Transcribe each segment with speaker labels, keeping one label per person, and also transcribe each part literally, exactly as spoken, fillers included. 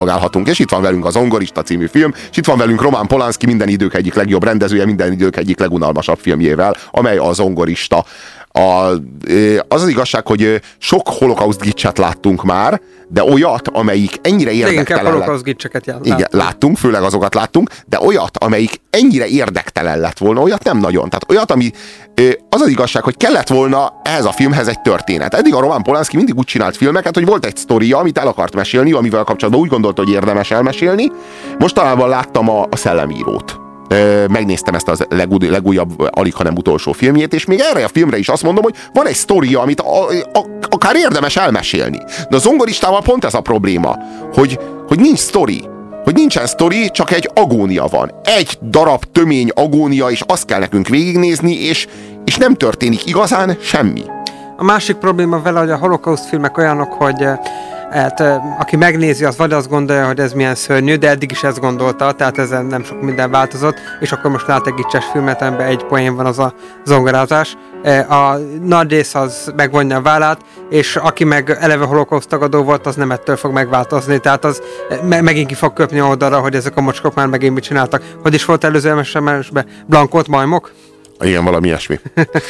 Speaker 1: szolgálhatunk. És itt van velünk az Zongorista című film, és itt van velünk Roman Polanski, minden idők egyik legjobb rendezője, minden idők egyik legunalmasabb filmjével, amely a Zongorista. A, az az igazság, hogy sok holokauszt gicset láttunk már, de olyat, amelyik ennyire érdektelen lett.
Speaker 2: holokauszt gicseket láttunk.
Speaker 1: Igen, láttunk, főleg azokat láttunk, de olyat, amelyik ennyire érdektelen lett volna, olyat nem nagyon. Tehát olyat, ami az az igazság, hogy kellett volna ehhez a filmhez egy történet. Eddig a Roman Polanski mindig úgy csinált filmeket, hogy volt egy sztoria, amit el akart mesélni, amivel kapcsolatban úgy gondolta, hogy érdemes elmesélni. Mostanában láttam a, a Szellemírót. Megnéztem ezt a legúj, legújabb, alig hanem utolsó filmjét, és még erre a filmre is azt mondom, hogy van egy sztoria, amit a, a, akár érdemes elmesélni. De a Zongoristával pont ez a probléma, hogy, hogy nincs sztori. Hogy nincsen sztori, csak egy agónia van. Egy darab tömény agónia, és azt kell nekünk végignézni, és, és nem történik igazán semmi.
Speaker 2: A másik probléma vele, hogy a holokauszt filmek olyanok, hogy hát, aki megnézi, az vagy azt gondolja, hogy ez milyen szörnyű, de eddig is ezt gondolta, tehát ezen nem sok minden változott, és akkor most lát egy gicses filmet, amiben egy poén van, az a zongorázás. A nagy rész az megvonja a vállát, és aki meg eleve holokauszt tagadó volt, az nem ettől fog megváltozni, tehát az me- megint ki fog köpni oldalra, hogy ezek a mocskok már megint mit csináltak. Hogy is volt előző emesben? Blankót majmok?
Speaker 1: Igen, valami ilyesmi.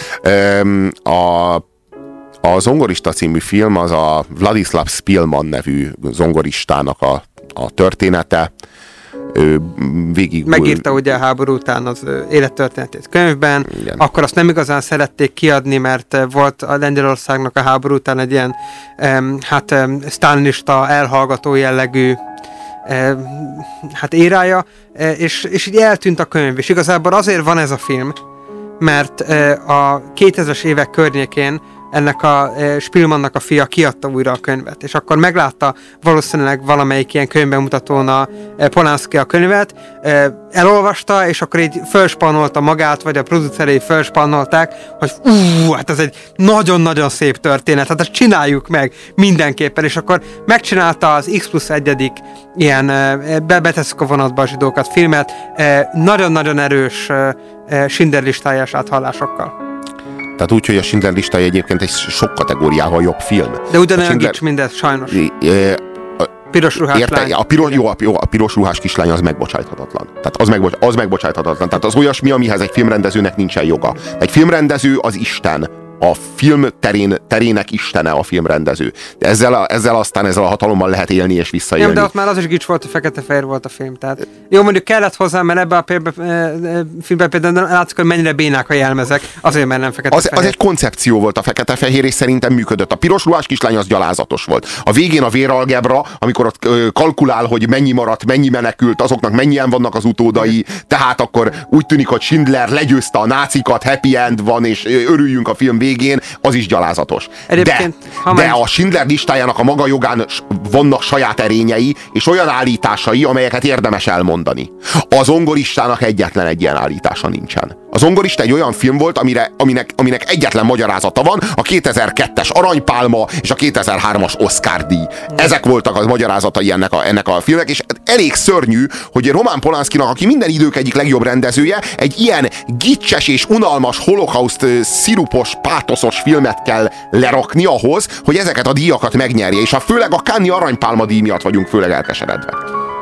Speaker 1: a A Zongorista című film az a Vladislav Spilman nevű zongoristának a, a története. Ő végig...
Speaker 2: Megírta ugye a háború után az élettörténetét könyvben, igen. Akkor azt nem igazán szerették kiadni, mert volt a Lengyelországnak a háború után egy ilyen hát sztálinista, elhallgató jellegű hát érája, és, és így eltűnt a könyv, és igazából azért van ez a film, mert a kétezres évek környékén ennek a e, Spilmannak a fia kiadta újra a könyvet, és akkor meglátta valószínűleg valamelyik ilyen könyvbemutatón a e, Polanski a könyvet, e, elolvasta, és akkor így felspannolta magát, vagy a producerei felspannolták, hogy ú, hát ez egy nagyon-nagyon szép történet, hát ezt csináljuk meg mindenképpen, és akkor megcsinálta az X plusz egyedik ilyen e, betesszük a vonatba a zsidókat filmet, e, nagyon-nagyon erős e, e, Schindler listájás áthallásokkal.
Speaker 1: Tehát úgy, hogy a Schindler listája egyébként egy sok kategóriával jobb film.
Speaker 2: De ugyanolyan Schindler... gics mindez, sajnos. Piros ruhás
Speaker 1: érte,
Speaker 2: lány.
Speaker 1: A piros, jó, a, jó, a piros ruhás kislány az megbocsáthatatlan. Tehát az, megbocs, az megbocsáthatatlan. Tehát az olyasmi, amihez egy filmrendezőnek nincsen joga. Egy filmrendező az Isten. A film terén, terének istene a filmrendező. De ezzel, a, ezzel aztán ezzel a hatalommal lehet élni és visszaélni.
Speaker 2: Nem, de ott már az is gics volt, hogy fekete-fehér volt a film. Tehát jó, mondjuk kellett hozzá, mert ebbe a pélbe, e, filmbe például látszik, hogy mennyire bénák a jelmezek, azért, mert nem fekete-fehér.
Speaker 1: Az, az egy koncepció volt a fekete-fehér, és szerintem működött. A piros ruhás kislány az gyalázatos volt. A végén a véralgebra, amikor ott kalkulál, hogy mennyi maradt, mennyi menekült, azoknak mennyien vannak az utódai, tehát akkor úgy tűnik, hogy Schindler legyőzte a nácikat, happy end van, és örüljünk a film végén, az is gyalázatos. De, de a Schindler listájának a maga jogán vannak saját erényei, és olyan állításai, amelyeket érdemes elmondani. A Zongoristának egyetlen egy ilyen állítása nincsen. A Zongorista egy olyan film volt, amire, aminek, aminek egyetlen magyarázata van, a kétezer-kettes Aranypálma és a kétezer-hármas Oscar-díj. Ezek voltak a magyarázatai ennek a, ennek a filmnek, és elég szörnyű, hogy Roman Polanskinak, aki minden idők egyik legjobb rendezője, egy ilyen gicses és unalmas, holokauszt szirupos, pátoszos filmet kell lerakni ahhoz, hogy ezeket a díjakat megnyerje, és a főleg a Cannes-i Aranypálma díj miatt vagyunk főleg elkeseredve.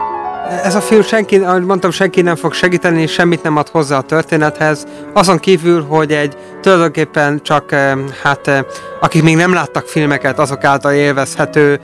Speaker 2: Ez a film senki, ahogy mondtam, senki nem fog segíteni, és semmit nem ad hozzá a történethez. Azon kívül, hogy egy tulajdonképpen csak, hát akik még nem láttak filmeket, azok által élvezhető,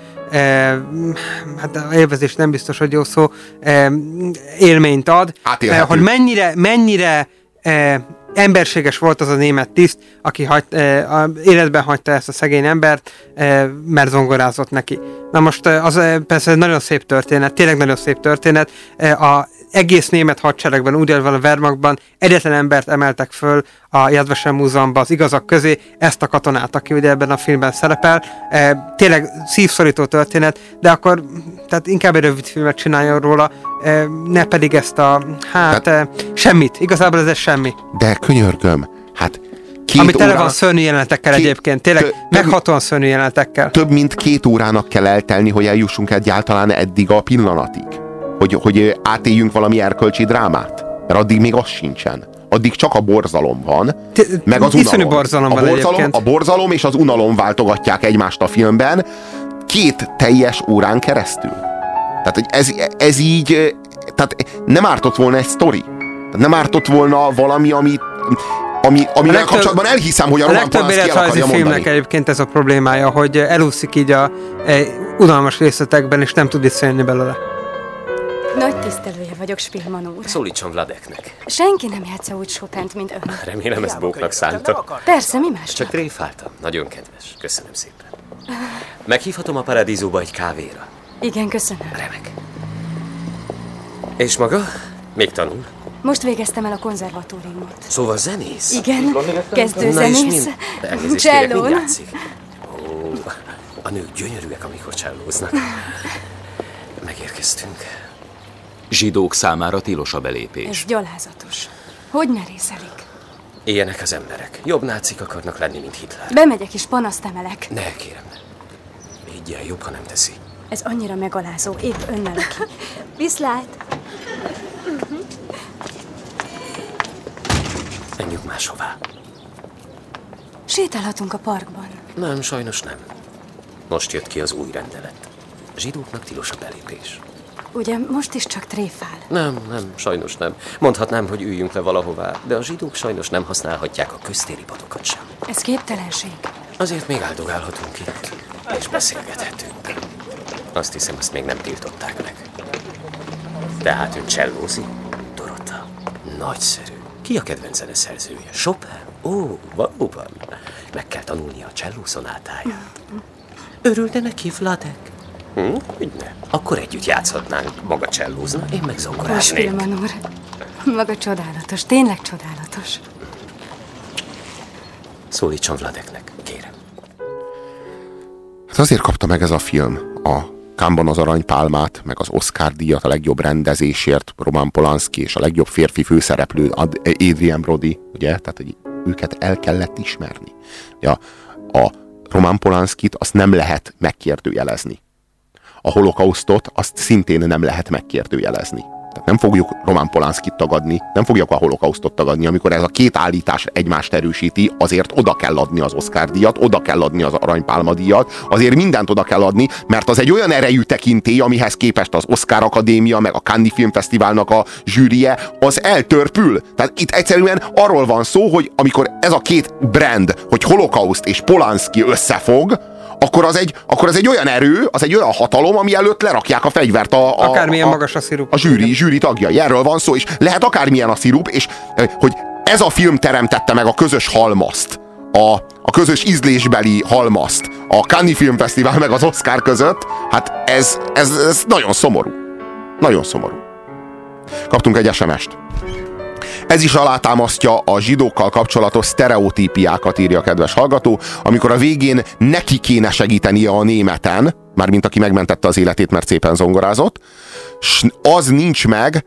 Speaker 2: hát élvezés nem biztos, hogy jó szó, élményt ad.
Speaker 1: Átélhető.
Speaker 2: Hogy mennyire, mennyire emberséges volt az a német tiszt, aki hagy, eh, életben hagyta ezt a szegény embert, eh, mert zongorázott neki. Na most eh, az eh, persze egy nagyon szép történet, tényleg nagyon szép történet. Eh, a egész német hadseregben, úgy van a Wehrmachtban egyetlen embert emeltek föl a Yad Vashem Múzeumban az igazak közé, ezt a katonát, aki ugye ebben a filmben szerepel. E, tényleg szívszorító történet, de akkor tehát inkább egy rövid filmet csináljon róla, e, ne pedig ezt a, hát e, semmit, igazából ez semmi.
Speaker 1: De könyörgöm, hát két
Speaker 2: Ami tele
Speaker 1: órá...
Speaker 2: van szörnyű jelenetekkel két... egyébként, tényleg tö... meghatóan szörnyű jelenetekkel.
Speaker 1: Több mint két órának kell eltelni, hogy eljussunk egyáltalán eddig a pillanatig. Hogy, hogy átéljünk valami erkölcsi drámát. Mert addig még az sincsen. Addig csak a borzalom van, meg az unalom.
Speaker 2: Borzalom
Speaker 1: a,
Speaker 2: van
Speaker 1: borzalom, a borzalom és az unalom váltogatják egymást a filmben két teljes órán keresztül. Tehát, hogy ez, ez így, tehát nem ártott volna egy sztori. Nem ártott volna valami, ami, ami, amivel legtöbb, kapcsolatban elhiszem, hogy a, a Roman Polanski el akarja mondani.
Speaker 2: Filmnek egyébként ez a problémája, hogy elúszik így a e, unalmas részletekben, és nem tud visszajönni belőle.
Speaker 3: Nagy tisztelője vagyok, Spielmann úr.
Speaker 4: Szólítson Vladeknek.
Speaker 3: Senki nem játsza úgy Chopint, mint ön.
Speaker 4: Remélem, ezt bóknak szánta.
Speaker 3: Persze, mi más?
Speaker 4: Csak tréfáltam. Nagyon kedves. Köszönöm szépen. Meghívhatom a Paradízóba egy kávéra?
Speaker 3: Igen, köszönöm.
Speaker 4: Remek. És maga? Még tanul?
Speaker 3: Most végeztem el a konzervatóriumot.
Speaker 4: Szóval zenész?
Speaker 3: Igen, kezdő zenész.
Speaker 4: Elnézést kérek, mind játszik? Ó, a nők gyönyörűek, amikor csellóznak. Megérkeztünk.
Speaker 5: Zsidók számára tilos a belépés.
Speaker 3: Ez gyalázatos. Hogy merészelik?
Speaker 4: Ilyenek az emberek. Jobb nácik akarnak lenni, mint Hitler.
Speaker 3: Bemegyek és panaszt emelek.
Speaker 4: Ne, kérem, ne. Higgyel, jobb, ha nem teszi.
Speaker 3: Ez annyira megalázó, épp önnel aki. Viszlát!
Speaker 4: Menjünk máshová.
Speaker 3: Sétálhatunk a parkban.
Speaker 4: Nem, sajnos nem. Most jött ki az új rendelet. Zsidóknak tilos a belépés.
Speaker 3: Ugye most is csak tréfál?
Speaker 4: Nem, nem, sajnos nem. Mondhatnám, hogy üljünk le valahová, de a zsidók sajnos nem használhatják a köztéri padokat sem.
Speaker 3: Ez képtelenség.
Speaker 4: Azért még áldogálhatunk itt, és beszélgethetünk. Azt hiszem, azt még nem tiltották meg. Tehát ön csellózik? Dorota. Nagyszerű. Ki a kedvenc zeneszerzője? Chopin? Ó, valóban. Meg kell tanulnia a cselló szonátáját. Örülne neki, Vladek? Hm? Ügyne. Akkor együtt játszhatnánk. Maga csellózna, én meg zongoráznék.
Speaker 3: Spielmann úr. Maga csodálatos, tényleg csodálatos.
Speaker 4: Szólítson Vladeknek, kérem.
Speaker 1: Hát azért kapta meg ez a film a Cannes-ban az aranypálmát, meg az Oscar-díjat a legjobb rendezésért, Roman Polanski, és a legjobb férfi főszereplő Adrien Brody, ugye? Tehát, hogy őket el kellett ismerni. Ja, a Roman Polanskit azt nem lehet megkérdőjelezni. A holokausztot azt szintén nem lehet megkérdőjelezni. Tehát nem fogjuk Roman Polanskit tagadni, nem fogjuk a holokausztot tagadni, amikor ez a két állítás egymást erősíti, azért oda kell adni az Oscar-díjat, oda kell adni az aranypálma-díjat, azért mindent oda kell adni, mert az egy olyan erejű tekintély, amihez képest az Oscar Akadémia, meg a Cannes-i Filmfesztiválnak a zsűrie, az eltörpül. Tehát itt egyszerűen arról van szó, hogy amikor ez a két brand, hogy holokauszt és Polanski összefog, Akkor az, egy, akkor az egy olyan erő, az egy olyan hatalom, ami előtt lerakják a fegyvert a, a,
Speaker 2: akármilyen
Speaker 1: a,
Speaker 2: magas a szirup.
Speaker 1: A zsűri, zsűri tagjai. Erről van szó, és lehet akármilyen a szirup, és hogy ez a film teremtette meg a közös halmazt, a, a közös ízlésbeli halmazt a Cannes-i Filmfesztivál meg az Oscar között, hát ez, ez, ez nagyon szomorú. Nagyon szomorú. Kaptunk egy es em est. Ez is alátámasztja a zsidókkal kapcsolatos sztereotípiákat, írja a kedves hallgató, amikor a végén neki kéne segítenie a németen, mármint aki megmentette az életét, mert szépen zongorázott, s az nincs meg,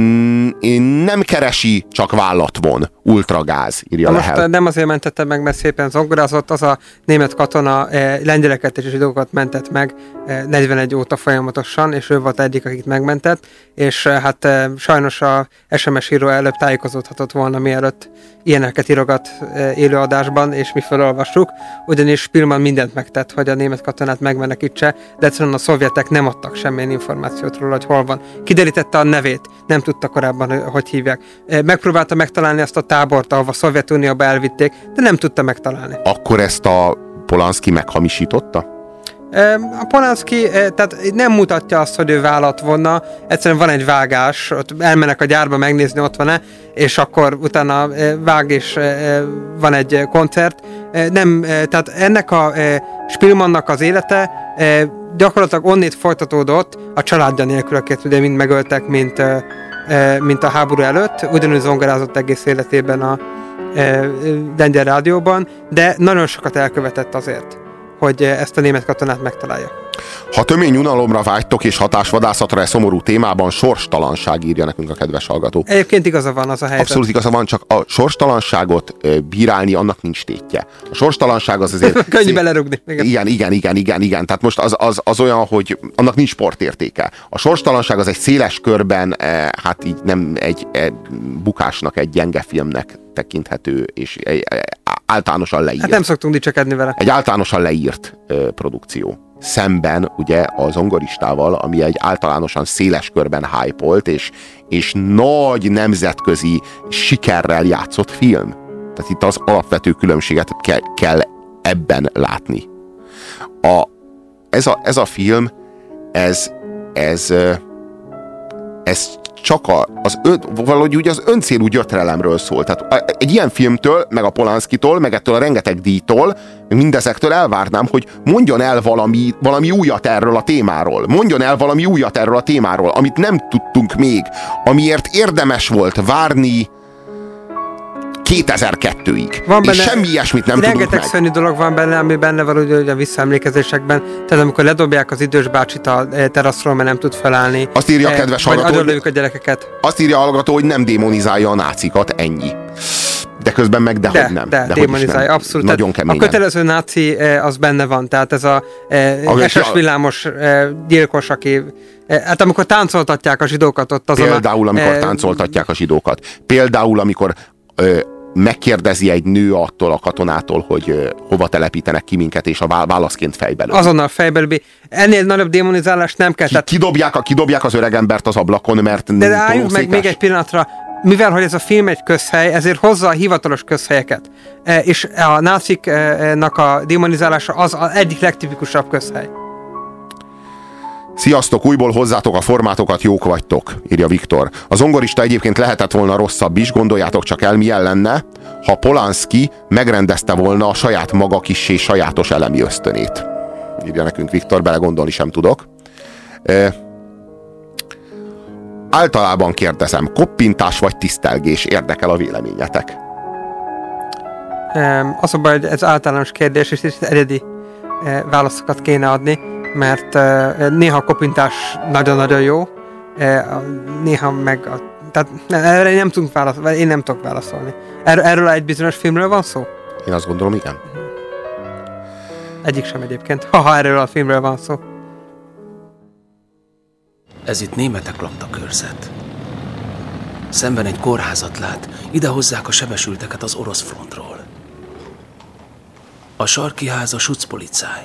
Speaker 1: nem keresi, csak vállat von. Ultragáz, írja
Speaker 2: most
Speaker 1: Lehel.
Speaker 2: Nem azért mentette meg, mert szépen zongorázott, az a német katona eh, lengyeleket és zsidókat mentett meg eh, negyvenegy óta folyamatosan, és ő volt egyik, akit megmentett, és eh, hát eh, sajnos a es em es író előbb tájékozódhatott volna, mielőtt ilyeneket írogat eh, élőadásban, és mi felolvassuk, ugyanis Spielmann mindent megtett, hogy a német katonát megmenekítse, de egyszerűen a szovjetek nem adtak semmilyen információt róla, hogy hol van. Kiderítette a nevét, nem tudta korábban, hogy hívják. Megpróbálta megtalálni azt a tábort, ahova a Szovjetunióba elvitték, de nem tudta megtalálni.
Speaker 1: Akkor ezt a Polanski meghamisította?
Speaker 2: A Polanski tehát nem mutatja azt, hogy ő vállat vonna, egyszerűen van egy vágás, ott elmennek a gyárba megnézni, ott van-e, és akkor utána vág, és van egy koncert. Nem, tehát ennek a Spielmannnak az élete gyakorlatilag onnét folytatódott, a családja nélkül, akiket ugye mind megöltek, mint, mint a háború előtt, ugyanúgy zongorázott egész életében a lengyel rádióban, de nagyon sokat elkövetett azért, hogy ezt a német katonát megtalálja.
Speaker 1: Ha tömény unalomra vágytok és hatásvadászatra e szomorú témában, sorstalanság, írja nekünk a kedves hallgató.
Speaker 2: Egyébként igaza van az a helyzet.
Speaker 1: Abszolút igaza van, csak a sorstalanságot bírálni, annak nincs tétje. A sorstalanság az azért...
Speaker 2: Könnyű szép... belerugni.
Speaker 1: Igen. igen, igen, igen, igen, igen. Tehát most az, az, az olyan, hogy annak nincs sportértéke. A sorstalanság az egy széles körben, hát így nem egy bukásnak, egy gyenge filmnek tekinthető, és egy általánosan leírt.
Speaker 2: Hát nem szoktunk dicsekedni vele.
Speaker 1: Egy általánosan leírt produkció. szemben ugye a Zongoristával, ami egy általánosan széles körben hype-olt, és, és nagy nemzetközi sikerrel játszott film. Tehát itt az alapvető különbséget ke, kell ebben látni. A, ez, a, ez a film, ez, ez, ez csak a, az ön, valahogy úgy az öncélú gyötrelemről szól. Tehát egy ilyen filmtől, meg a Polanszkitól, meg ettől a rengeteg díjtól, mindezektől elvárnám, hogy mondjon el valami, valami újat erről a témáról. Mondjon el valami újat erről a témáról, amit nem tudtunk még, amiért érdemes volt várni kétezer-kettőig. Van benne, és semmi ilyesmit nem tudunk meg.
Speaker 2: Rengeteg szörnyű dolog van benne, ami benne van ugye a visszaemlékezésekben. Tehát amikor ledobják az idős bácsit a teraszról, mert nem tud felállni.
Speaker 1: Azt írja a kedves
Speaker 2: hallgató,
Speaker 1: hogy,
Speaker 2: a gyerekeket.
Speaker 1: Azt írja a hallgató, hogy nem démonizálja a nácikat, ennyi. De közben meg dehogy
Speaker 2: de,
Speaker 1: nem.
Speaker 2: De, de démonizálja, abszolút.
Speaker 1: Nagyon keményen.
Speaker 2: A kötelező náci az benne van, tehát ez a, a es es villámos gyilkos, aki hát amikor táncoltatják a zsidókat ott azon
Speaker 1: Például,
Speaker 2: a,
Speaker 1: amikor
Speaker 2: e,
Speaker 1: táncoltatják a zsidókat. Például, amikor ö, megkérdezi egy nő attól a katonától, hogy ö, hova telepítenek ki minket, és a válaszként fejbe lövi.
Speaker 2: Azonnal fejbe lövi. Ennél nagyobb démonizálást nem kell.
Speaker 1: Ki, tehát... kidobják, a, kidobják az öregembert az ablakon, mert
Speaker 2: de álljunk meg még egy pillanatra. Mivel, hogy ez a film egy közhely, ezért hozza a hivatalos közhelyeket. E, és a náciknak a démonizálása az az egyik legtipikusabb közhely.
Speaker 1: Sziasztok, újból hozzátok a formátokat, jók vagytok, írja Viktor. A Zongorista egyébként lehetett volna rosszabb is, gondoljátok csak el, milyen lenne, ha Polanszki megrendezte volna a saját maga kissé sajátos elemi ösztönét. Írja nekünk Viktor, belegondolni sem tudok. E, általában kérdezem, koppintás vagy tisztelgés, érdekel a véleményetek?
Speaker 2: E, az a baj, hogy ez általános kérdés, és itt eredeti e, válaszokat kéne adni, mert uh, néha a kopintás nagyon-nagyon jó, uh, néha meg a, tehát erre nem tudunk válaszolni, én nem tudok válaszolni. Er, erről egy bizonyos filmről van szó?
Speaker 1: Én azt gondolom, igen.
Speaker 2: Egyik sem egyébként, ha erről a filmről van szó.
Speaker 6: Ez itt németek laktakörzet. Szemben egy kórházat lát, ide hozzák a sebesülteket az orosz frontról. A sarki ház a Schutzpolizei.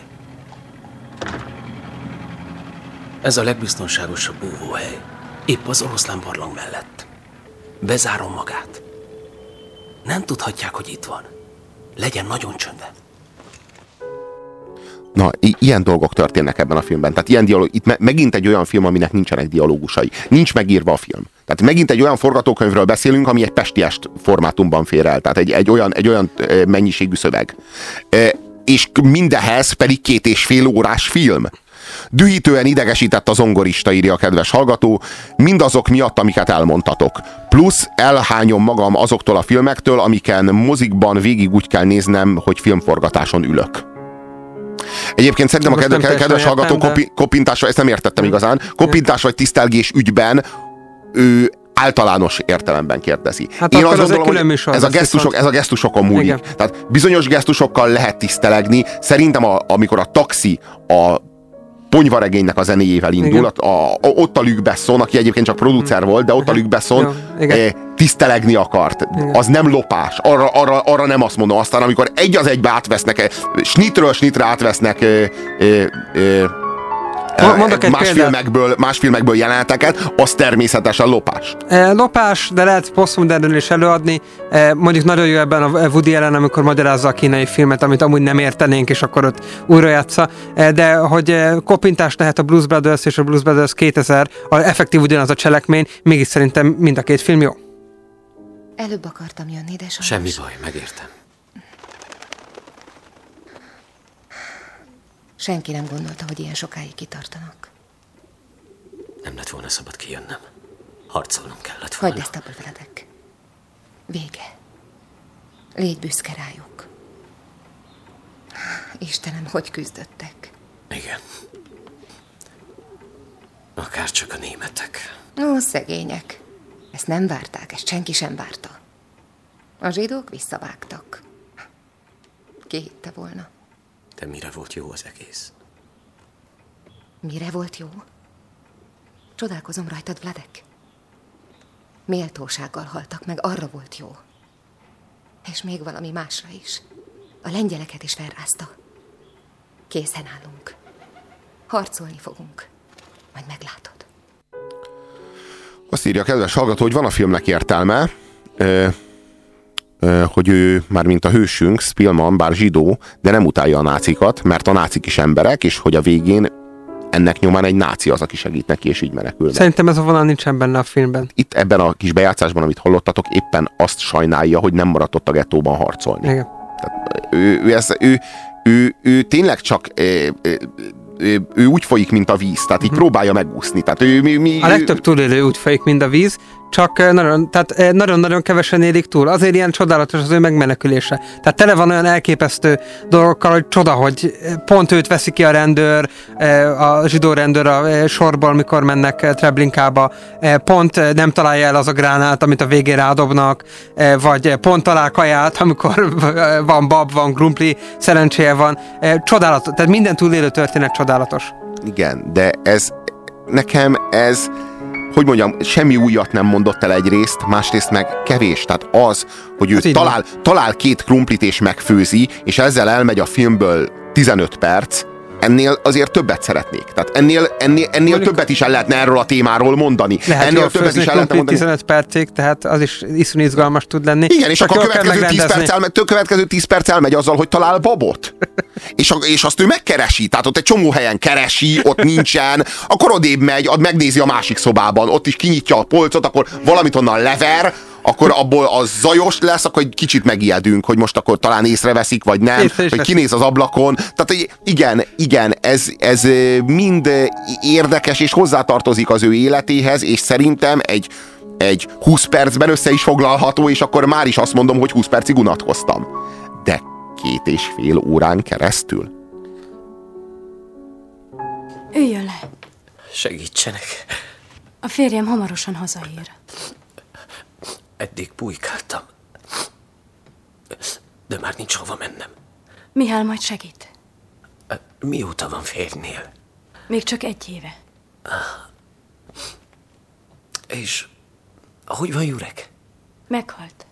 Speaker 6: Ez a legbiztonságosabb búvóhely. Épp az oroszlán barlang mellett. Bezárom magát. Nem tudhatják, hogy itt van. Legyen nagyon csöndben.
Speaker 1: Na, i- ilyen dolgok történnek ebben a filmben. Tehát ilyen dialóg, itt me- megint egy olyan film, aminek nincsenek dialógusai. Nincs megírva a film. Tehát megint egy olyan forgatókönyvről beszélünk, ami egy pestiest formátumban fér el. Tehát egy, egy olyan, egy olyan mennyiségű szöveg. E, és mindehez pedig két és fél órás film. Dühítően idegesített a Zongorista, írja a kedves hallgató, mindazok miatt, amiket elmondtatok. Plusz elhányom magam azoktól a filmektől, amiken mozikban végig úgy kell néznem, hogy filmforgatáson ülök. Egyébként szerintem most a kedves, kedves hallgató de... kopi, kopintásra, ezt nem értettem igazán, kopintás vagy tisztelgés ügyben ő általános értelemben kérdezi.
Speaker 2: Hát
Speaker 1: Én azt
Speaker 2: gondolom,
Speaker 1: hogy
Speaker 2: műsor,
Speaker 1: ez, a gesztusok, ez a gesztusokon múlik. Igen. Tehát bizonyos gesztusokkal lehet tisztelegni. Szerintem a, amikor a taxi a Ponyvaregénynek a zenéjével indul, a, a, ott a Luc Besson, aki egyébként csak producer hmm. volt, de ott igen. a Luc Besson eh, tisztelegni akart. Igen. Az nem lopás. Arra, arra, arra nem azt mondom. Aztán amikor egy az egybe átvesznek, snitről snitre átvesznek eh, eh, eh,
Speaker 2: Mondok egy
Speaker 1: más, filmekből, más filmekből jeleneteket, az természetesen lopás.
Speaker 2: E, lopás, de lehet posztmodernül is előadni. E, mondjuk nagyon jó ebben a Woody Allen, amikor magyarázza a kínai filmet, amit amúgy nem értenénk, és akkor ott újra játsza. E, de hogy kopintás lehet a Blues Brothers és a Blues Brothers kétezer, a effektív ugyanaz a cselekmény, mégis szerintem mind a két film jó.
Speaker 7: Előbb akartam jönni, de sajnos.
Speaker 4: Semmi baj, megértem.
Speaker 7: Senki nem gondolta, hogy ilyen sokáig kitartanak.
Speaker 4: Nem lett volna szabad kijönnöm. Harcolnom kellett volna.
Speaker 7: Hagyd ezt abból veledek. Vége. Légy büszke rájuk. Istenem, hogy küzdöttek.
Speaker 4: Igen. Akárcsak a németek.
Speaker 7: Ó, szegények. Ezt nem várták, ezt senki sem várta. A zsidók visszavágtak. Ki hitte volna?
Speaker 4: De mire volt jó az egész?
Speaker 7: Mire volt jó? Csodálkozom rajtad, Vladek. Méltósággal haltak meg, arra volt jó. És még valami másra is. A lengyeleket is felrázta. Készen állunk. Harcolni fogunk. Majd meglátod.
Speaker 1: Azt írja a kedves hallgató, hogy van a filmnek értelme, ö, ö, hogy ő, már mint a hősünk, Spillman, bár zsidó, de nem utálja a nácikat, mert a nácik is emberek, és hogy a végén ennek nyomán egy náci az, aki segít neki, és így menekül meg.
Speaker 2: Szerintem ez a vonal nincsen benne a filmben.
Speaker 1: Itt ebben a kis bejátszásban, amit hallottatok, éppen azt sajnálja, hogy nem maradt ott a gettóban harcolni.
Speaker 2: Igen.
Speaker 1: Tehát, ő, ő, ez, ő, ő, ő tényleg csak ő, ő, ő úgy folyik, mint a víz, tehát így uh-huh. próbálja megúszni. Tehát ő, mi, mi,
Speaker 2: a legtöbb túlélő úgy folyik, mint a víz, csak nagyon, tehát nagyon-nagyon kevesen élik túl. Azért ilyen csodálatos az ő megmenekülése. Tehát tele van olyan elképesztő dolgokkal, hogy csoda, hogy pont őt veszi ki a rendőr, a zsidó rendőr a sorból, mikor mennek Treblinkába, pont nem találja el az a gránát, amit a végén rádobnak, vagy pont talál kaját, amikor van bab, van krumpli, szerencséje van. Csodálatos, tehát minden túlélő történet csodálatos.
Speaker 1: Igen, de ez nekem ez hogy mondjam, semmi újat nem mondott el egyrészt, másrészt meg kevés. Tehát az, hogy ő talál, talál két krumplit és megfőzi, és ezzel elmegy a filmből tizenöt perc, ennél azért többet szeretnék. Tehát ennél, ennél, ennél Mondjuk, többet is el lehetne erről a témáról mondani.
Speaker 2: Lehet
Speaker 1: ennél többet is el lehetne mondani.
Speaker 2: tizenöt percig, tehát az is iszonyú izgalmas tud lenni.
Speaker 1: Igen, és akkor a következő tíz, perc elmegy, következő tíz perc elmegy azzal, hogy talál babot. és, a, és azt ő megkeresi, tehát ott egy csomó helyen keresi, ott nincsen, akkor odébb megy, ad megnézi a másik szobában, ott is kinyitja a polcot, akkor valamit onnan lever, akkor abból az zajos lesz, akkor egy kicsit megijedünk, hogy most akkor talán észreveszik, vagy nem, hogy kinéz az ablakon. Tehát igen, igen, ez, ez mind érdekes, és hozzátartozik az ő életéhez, és szerintem egy, egy húsz percben össze is foglalható, és akkor már is azt mondom, hogy húsz percig unatkoztam. De két és fél órán keresztül?
Speaker 3: Üljön le.
Speaker 4: Segítsenek.
Speaker 3: A férjem hamarosan hazaér.
Speaker 4: Eddig bujkáltam. De már nincs hova mennem.
Speaker 3: Mihály majd segít.
Speaker 4: Mióta van férjnél?
Speaker 3: Még csak egy éve.
Speaker 4: És hogy van Jurek?
Speaker 3: Meghalt.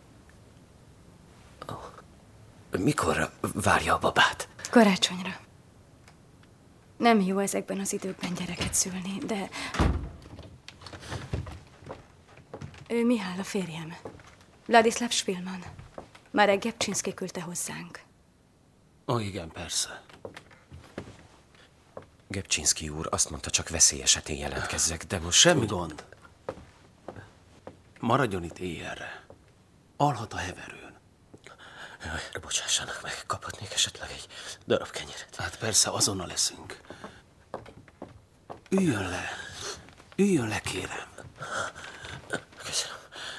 Speaker 4: Mikor várja a babát?
Speaker 3: Karácsonyra. Nem jó ezekben az időkben gyereket szülni, de... Ő Mihály a férjem. Vladislav Spillman. Már egy Gebcsinszki küldte hozzánk.
Speaker 6: Ó, oh, igen, persze.
Speaker 4: Gebcsinszki úr azt mondta, csak veszély esetén jelentkezzek, de most...
Speaker 6: Semmi gond. Maradjon itt éjjelre. Alhat a heverőn.
Speaker 4: Jaj, bocsássanak meg, kaphatnék esetleg egy darab kenyeret.
Speaker 6: Hát persze, azonnal leszünk. Üljön le. Üljön le, kérem.
Speaker 4: Köszönöm.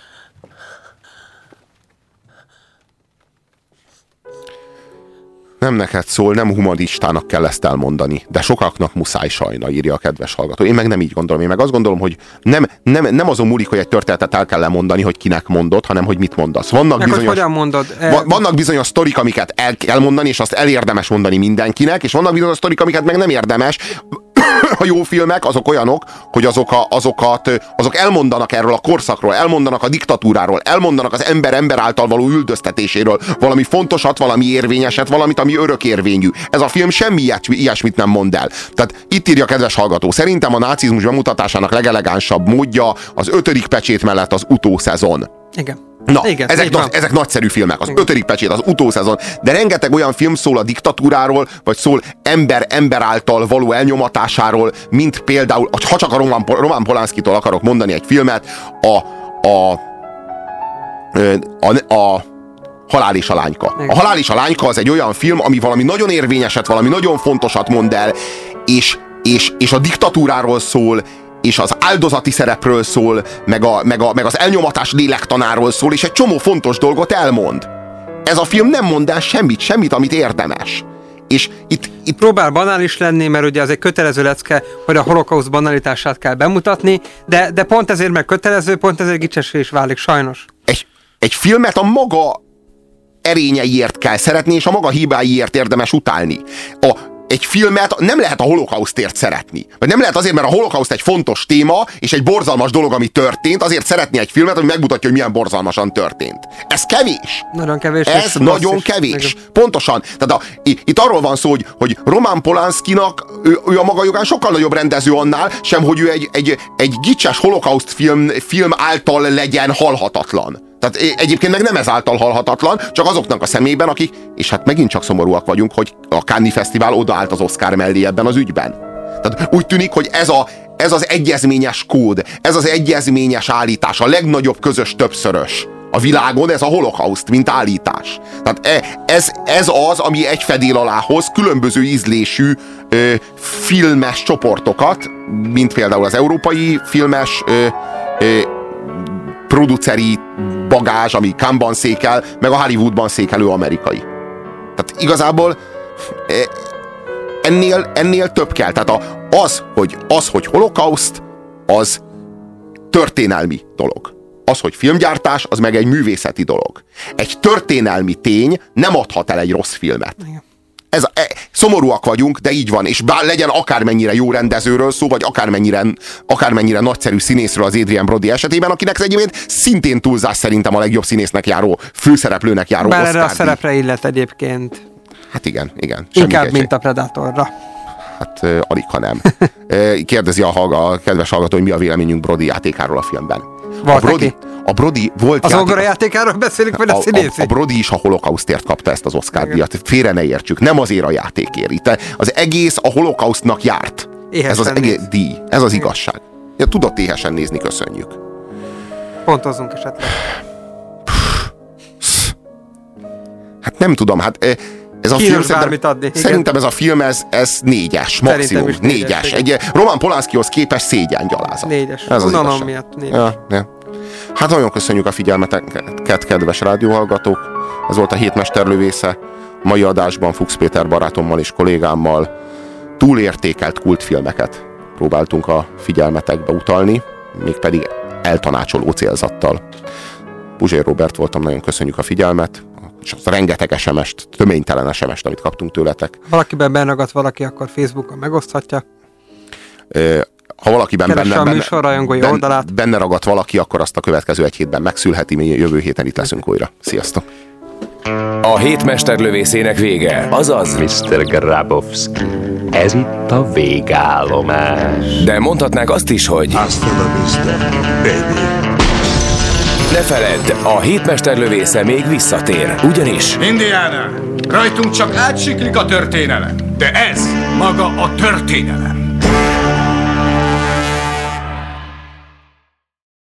Speaker 1: Nem neked szól, nem humanistának kell ezt elmondani, de sokaknak muszáj sajna, írja a kedves hallgató. Én meg nem így gondolom. Én meg azt gondolom, hogy nem, nem, nem azon múlik, hogy egy történetet el kell lemondani, hogy kinek mondod, hanem hogy mit mondasz. Vannak
Speaker 2: meg
Speaker 1: bizonyos,
Speaker 2: hogyan mondod?
Speaker 1: Vannak bizonyos sztorik, amiket el kell mondani, és azt elérdemes mondani mindenkinek, és vannak bizonyos sztorik, amiket meg nem érdemes. A jó filmek azok olyanok, hogy azok a, azokat, azok elmondanak erről a korszakról, elmondanak a diktatúráról, elmondanak az ember ember által való üldöztetéséről, valami fontosat, valami érvényeset, valamit, ami örökérvényű. Ez a film semmi ilyet, ilyesmit nem mond el. Tehát itt írja a kedves hallgató, szerintem a nácizmus bemutatásának legelegánsabb módja az ötödik pecsét mellett az utószezon.
Speaker 2: Igen.
Speaker 1: Na,
Speaker 2: igen,
Speaker 1: ezek, na, ezek nagyszerű filmek, az igen. ötödik pecsét, az utószezon, de rengeteg olyan film szól a diktatúráról, vagy szól ember ember által való elnyomatásáról, mint például, ha csak a Roman, Roman Polanskitól akarok mondani egy filmet, a a, a, a Halál és a lányka. A Halál és a lányka az egy olyan film, ami valami nagyon érvényeset, valami nagyon fontosat mond el, és, és, és a diktatúráról szól, és az áldozati szerepről szól, meg, a, meg, a, meg az elnyomatás lélektanáról szól, és egy csomó fontos dolgot elmond. Ez a film nem mond el semmit, semmit, amit érdemes. És itt, itt...
Speaker 2: Próbál banális lenni, mert ugye az egy kötelező lecke, hogy a holokauszt banalitását kell bemutatni, de, de pont ezért meg kötelező, pont ezért gicsesé is válik, sajnos.
Speaker 1: Egy, egy filmet a maga erényeiért kell szeretni, és a maga hibáiért érdemes utálni. A egy filmet nem lehet a holokausztért szeretni. Vagy nem lehet azért, mert a holokauszt egy fontos téma, és egy borzalmas dolog, ami történt, azért szeretni egy filmet, ami megmutatja, hogy milyen borzalmasan történt. Ez kevés.
Speaker 2: Nagyon kevés.
Speaker 1: Ez nagyon kevés. Is. Pontosan. Tehát a, itt arról van szó, hogy, hogy Roman Polanskinak ő, ő a maga jogán sokkal nagyobb rendező annál, sem, hogy ő egy, egy, egy gicses holokauszt film, film által legyen halhatatlan. Tehát egyébként meg nem ezáltal halhatatlan, csak azoknak a szemében, akik, és hát megint csak szomorúak vagyunk, hogy a Cannes Fesztivál odaállt az Oscar mellé ebben az ügyben. Tehát úgy tűnik, hogy ez, a, ez az egyezményes kód, ez az egyezményes állítás, a legnagyobb közös többszörös a világon, ez a holokauszt, mint állítás. Tehát ez, ez az, ami egy fedél alá hoz különböző ízlésű ö, filmes csoportokat, mint például az európai filmes ö, ö, produceri bagázs, ami Cannes-ban székel, meg a Hollywoodban székelő amerikai. Tehát igazából ennél, ennél több kell. Tehát az, hogy, az, hogy holokauszt, az történelmi dolog. Az, hogy filmgyártás, az meg egy művészeti dolog. Egy történelmi tény nem adhat el egy rossz filmet. Ez, e, szomorúak vagyunk, de így van, és bár legyen akármennyire jó rendezőről szó, vagy akármennyire, akármennyire nagyszerű színészről az Adrien Brody esetében, akinek egyébként szintén túlzás szerintem a legjobb színésznek járó, főszereplőnek járó
Speaker 2: Bár
Speaker 1: Oscar.
Speaker 2: erre a szerepre illet egyébként.
Speaker 1: Hát igen, igen.
Speaker 2: Inkább, mint a Predatorra.
Speaker 1: Hát uh, alig, ha nem. Kérdezi a, hallga, a kedves hallgató, hogy mi a véleményünk Brody játékáról a filmben.
Speaker 2: Volt
Speaker 1: a Brody,
Speaker 2: neki?
Speaker 1: A Brody volt
Speaker 2: az játék... ongora játékáról beszélünk, vagy a, a színészi?
Speaker 1: A, a Brody is a holokausztért kapta ezt az Oscar-díjat. Félre ne értsük, nem azért a játékért. Itt az egész a holokausztnak járt. Éhesen ez az egész díj, ez az igen. igazság. Ja, tudod éhesen nézni, köszönjük.
Speaker 2: Pontozzunk esetleg.
Speaker 1: Hát nem tudom, hát ez a
Speaker 2: Kínos
Speaker 1: film szerintem,
Speaker 2: adni,
Speaker 1: szerintem ez a film, ez, ez négyes, maximum, négyes. négyes. Egy Roman Polanskihoz képes szégyengyalázat.
Speaker 2: Négyes,
Speaker 1: ez
Speaker 2: unalom miatt négyes.
Speaker 1: Ja, ja. Hát nagyon köszönjük a figyelmeteket, kedves rádióhallgatók. Ez volt a Hétmesterlövésze. A mai adásban Fuchs Péter barátommal és kollégámmal túlértékelt kultfilmeket próbáltunk a figyelmetekbe utalni, mégpedig eltanácsoló célzattal. Puzsér Róbert voltam, nagyon köszönjük a figyelmet, és azt a rengeteg es em est, töménytelen es em est, amit kaptunk tőletek.
Speaker 2: Valakiben benragadt valaki, akkor Facebookon megoszthatja.
Speaker 1: Ha valakiben benne, benne,
Speaker 2: benne,
Speaker 1: benne ragadt valaki, akkor azt a következő egy hétben megszülheti, mi jövő héten itt leszünk újra. Sziasztok!
Speaker 8: A Hétmesterlövészének vége, azaz
Speaker 9: miszter Grabowski, ez itt a végállomás.
Speaker 8: De mondhatnánk azt is, hogy
Speaker 10: hasta la vista, baby.
Speaker 8: Ne feledd, a Hétmesterlövésze még visszatér, ugyanis
Speaker 10: Indiana, rajtunk csak átsiklik a történelem, de ez maga a történelem.